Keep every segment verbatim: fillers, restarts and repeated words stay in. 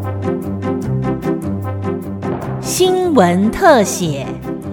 新闻特写。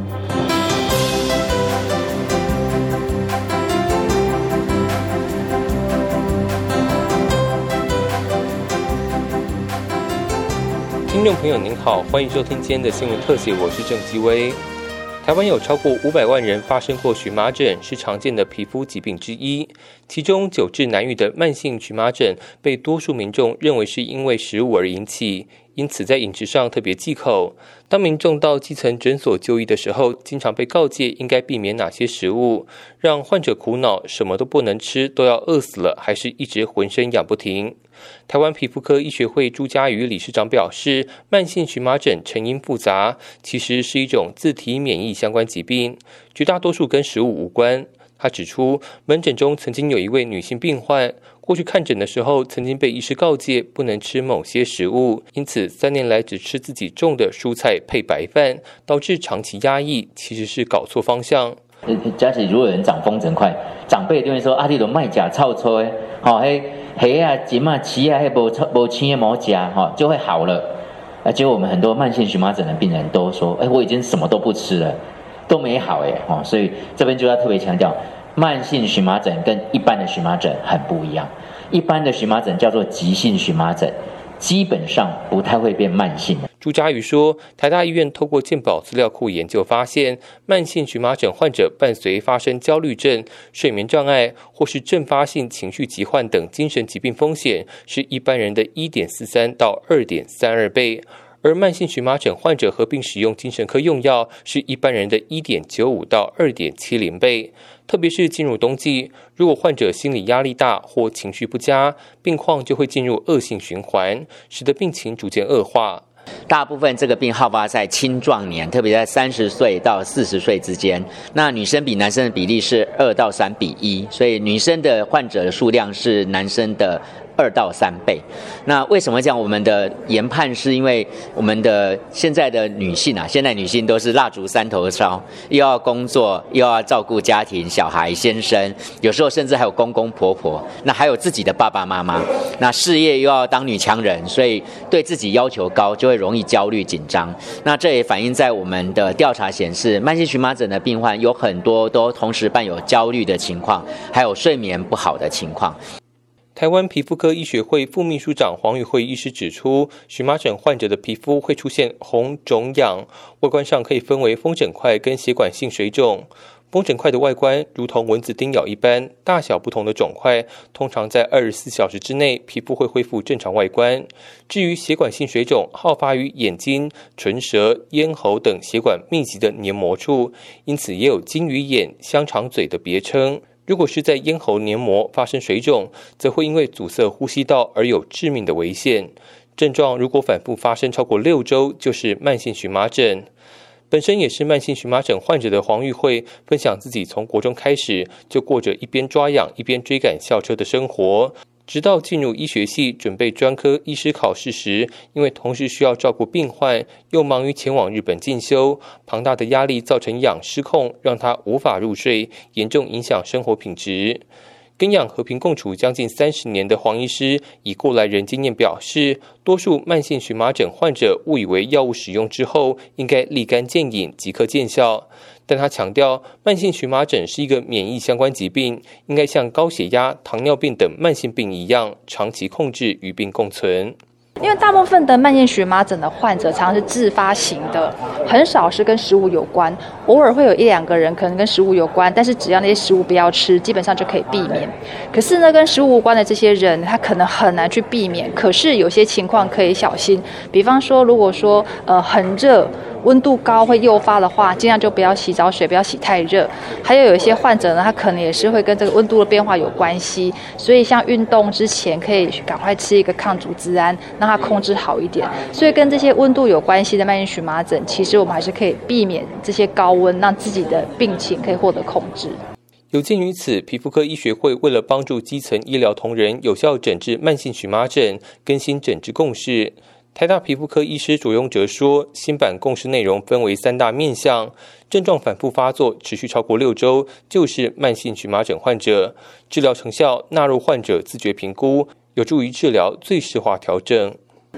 听众朋友您好，欢迎收听今天的新闻特写，我是郑基威。台湾有超过五百万人发生过荨麻疹，是常见的皮肤疾病之一。其中久治难愈的慢性荨麻疹，被多数民众认为是因为食物而引起，因此在饮食上特别忌口。当民众到基层诊所就医的时候，经常被告诫应该避免哪些食物，让患者苦恼，什么都不能吃，都要饿死了，还是一直浑身痒不停。台湾皮肤科医学会朱家瑜理事长表示，慢性荨麻疹成因复杂，其实是一种自体免疫相关疾病，绝大多数跟食物无关。他指出，门诊中曾经有一位女性病患，过去看诊的时候曾经被医师告诫不能吃某些食物，因此三年来只吃自己种的蔬菜配白饭，导致长期压抑，其实是搞错方向。 假使如果有人长风疹块，长辈就会说啊，你都卖假臭臭的，好嘿。黑啊、金啊、漆啊，还无无青的毛夹哈，就会好了。而且我们很多慢性荨麻疹的病人都说，哎，我已经什么都不吃了，都没好哎哦，所以这边就要特别强调，慢性荨麻疹跟一般的荨麻疹很不一样。一般的荨麻疹叫做急性荨麻疹，基本上不太会变慢性的。 朱家瑜说，台大医院透过健保资料库研究发现，慢性荨麻疹患者伴随发生焦虑症、睡眠障碍或是阵发性情绪疾患等精神疾病风险，是一般人的 一点四三 到 二点三二 倍。而慢性荨麻疹患者合并使用精神科用药，是一般人的 一点九五 到 二点七零 倍。特别是进入冬季，如果患者心理压力大或情绪不佳，病况就会进入恶性循环，使得病情逐渐恶化。 大部分这个病好发在青壮年，特别在三十岁到四十岁之间。那女生比男生的比例是二到三比一，所以女生的患者的数量是男生的二到三倍。那为什么这样？我们的研判是因为我们的现在的女性啊，现在女性都是蜡烛三头烧，又要工作，又要照顾家庭、小孩、先生，有时候甚至还有公公婆婆，那还有自己的爸爸妈妈。那事业又要当女强人，所以对自己要求高，就会容易焦虑紧张。那这也反映在我们的调查显示，慢性荨麻疹的病患有很多都同时伴有焦虑的情况，还有睡眠不好的情况。 台湾皮肤科医学会副秘书长黄玉慧医师指出，荨麻疹患者的皮肤会出现红、肿、痒，外观上可以分为风疹块跟血管性水肿。风疹块的外观如同蚊子叮咬一般，大小不同的肿块，通常在二十四小时之内，皮肤会恢复正常外观。至于血管性水肿，好发于眼睛、唇舌、咽喉等血管密集的黏膜处，因此也有金鱼眼、香肠嘴的别称。如果是在咽喉黏膜发生水肿，则会因为阻塞呼吸道而有致命的危险。症状如果反复发生超过六周，就是慢性荨麻疹。本身也是慢性荨麻疹患者的黄玉慧分享自己从国中开始就过着一边抓痒一边追赶校车的生活，直到进入医学系准备专科医师考试时，因为同时需要照顾病患，又忙于前往日本进修，庞大的压力造成痒失控，让他无法入睡，严重影响生活品质。跟痒和平共处将近三十年的黄医师以过来人经验表示，多数慢性荨麻疹患者误以为药物使用之后应该立竿见影即刻见效，但他强调，慢性荨麻疹是一个免疫相关疾病，应该像高血压、糖尿病等慢性病一样，长期控制与病共存。 因为大部分的慢性荨麻疹的患者常常是自发型的，很少是跟食物有关，偶尔会有一两个人可能跟食物有关，但是只要那些食物不要吃，基本上就可以避免。可是呢，跟食物无关的这些人，他可能很难去避免，可是有些情况可以小心，比方说如果说呃很热，温度高会诱发的话，尽量就不要洗澡水，不要洗太热。还有有一些患者呢，他可能也是会跟这个温度的变化有关系，所以像运动之前可以赶快吃一个抗组织胺，让它控制好一点。所以跟这些温度有关系的慢性荨麻疹，其实我们还是可以避免这些高温，让自己的病情可以获得控制。 有鉴于此，皮肤科医学会为了帮助基层医疗同仁有效诊治慢性荨麻疹，更新诊治共识。台大皮肤科医师卓庸哲说，新版共识内容分为三大面向，症状反复发作持续超过六周，就是慢性荨麻疹患者，治疗成效纳入患者自觉评估，有助于治疗最适化调整。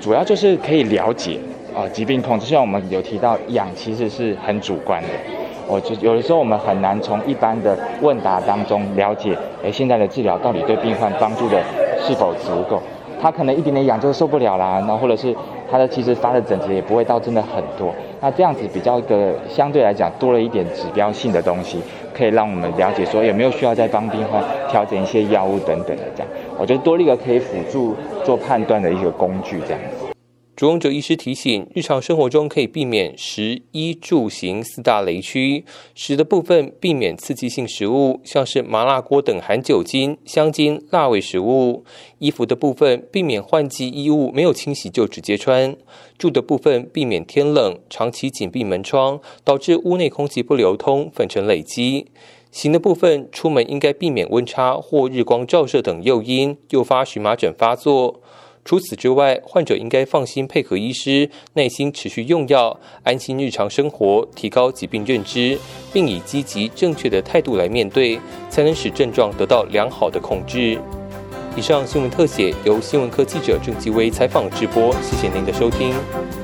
主要就是可以了解啊、呃、疾病控制，像我们有提到痒其实是很主观的。我就有的时候我们很难从一般的问答当中了解，哎，现在的治疗到底对病患帮助的是否足够？他可能一点点痒就受不了啦，然后或者是他的其实发的疹子也不会到真的很多。那这样子比较一个相对来讲多了一点指标性的东西，可以让我们了解说有没有需要再帮病患调整一些药物等等的这样。我觉得多了一个可以辅助做判断的一个工具这样子。 卓荣哲医师提醒，日常生活中可以避免食衣住行四大雷区。食的部分，避免刺激性食物，像是麻辣锅等含酒精、香精、辣味食物。衣服的部分，避免换季衣物没有清洗就直接穿。住的部分，避免天冷长期紧闭门窗，导致屋内空气不流通，粉尘累积。行的部分，出门应该避免温差或日光照射等诱因，诱发荨麻疹发作。除此之外，患者应该放心配合医师，耐心持续用药，安心日常生活，提高疾病认知，并以积极正确的态度来面对，才能使症状得到良好的控制。以上新闻特写由新闻科记者郑继威采访直播，谢谢您的收听。